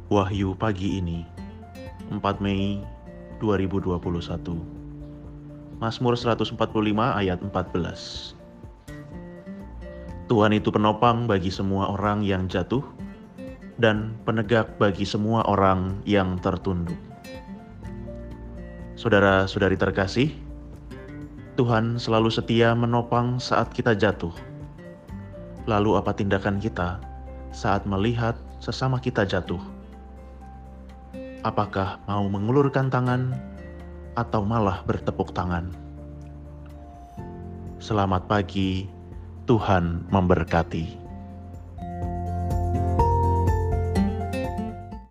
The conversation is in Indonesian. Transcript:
Wahyu pagi ini, 4 Mei 2021. Mazmur 145 ayat 14. Tuhan itu penopang bagi semua orang yang jatuh dan penegak bagi semua orang yang tertunduk. Saudara-saudari terkasih, Tuhan selalu setia menopang saat kita jatuh. Lalu apa tindakan kita saat melihat sesama kita jatuh? Apakah mau mengulurkan tangan atau malah bertepuk tangan? Selamat pagi, Tuhan memberkati.